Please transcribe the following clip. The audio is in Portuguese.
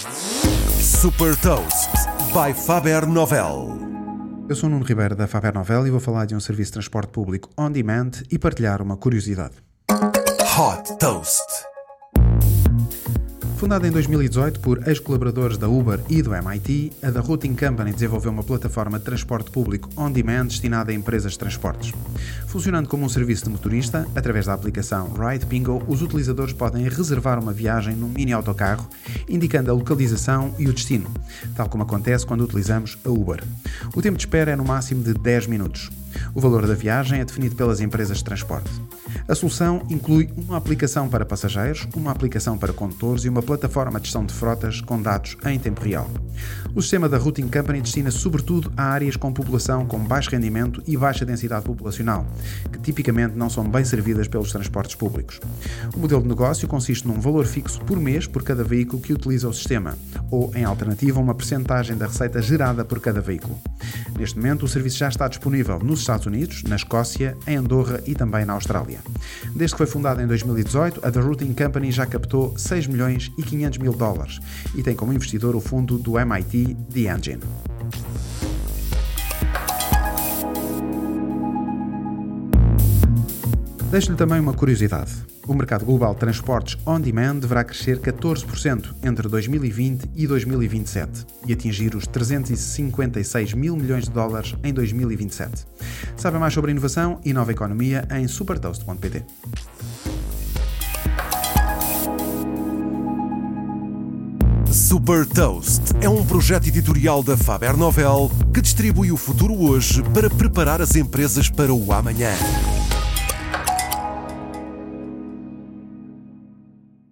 Super Toast by Faber Novel. Eu sou o Nuno Ribeiro da Faber Novel e vou falar de um serviço de transporte público on demand e partilhar uma curiosidade. Hot Toast. Fundada em 2018 por ex-colaboradores da Uber e do MIT, a The Routing Company desenvolveu uma plataforma de transporte público on-demand destinada a empresas de transportes. Funcionando como um serviço de motorista, através da aplicação Ride Bingo, os utilizadores podem reservar uma viagem num mini-autocarro, indicando a localização e o destino, tal como acontece quando utilizamos a Uber. O tempo de espera é no máximo de 10 minutos. O valor da viagem é definido pelas empresas de transporte. A solução inclui uma aplicação para passageiros, uma aplicação para condutores e uma plataforma de gestão de frotas com dados em tempo real. O sistema da Routing Company destina-se sobretudo a áreas com população com baixo rendimento e baixa densidade populacional, que tipicamente não são bem servidas pelos transportes públicos. O modelo de negócio consiste num valor fixo por mês por cada veículo que utiliza o sistema, ou, em alternativa, uma percentagem da receita gerada por cada veículo. Neste momento, o serviço já está disponível nos Estados Unidos, na Escócia, em Andorra e também na Austrália. Desde que foi fundada em 2018, a The Routing Company já captou 6 milhões e 500 mil dólares e tem como investidor o fundo do MIT, The Engine. Deixo-lhe também uma curiosidade. O mercado global de transportes on-demand deverá crescer 14% entre 2020 e 2027 e atingir os 356 mil milhões de dólares em 2027. Saiba mais sobre inovação e nova economia em supertoast.pt. Super Toast é um projeto editorial da Faber Novel que distribui o futuro hoje para preparar as empresas para o amanhã.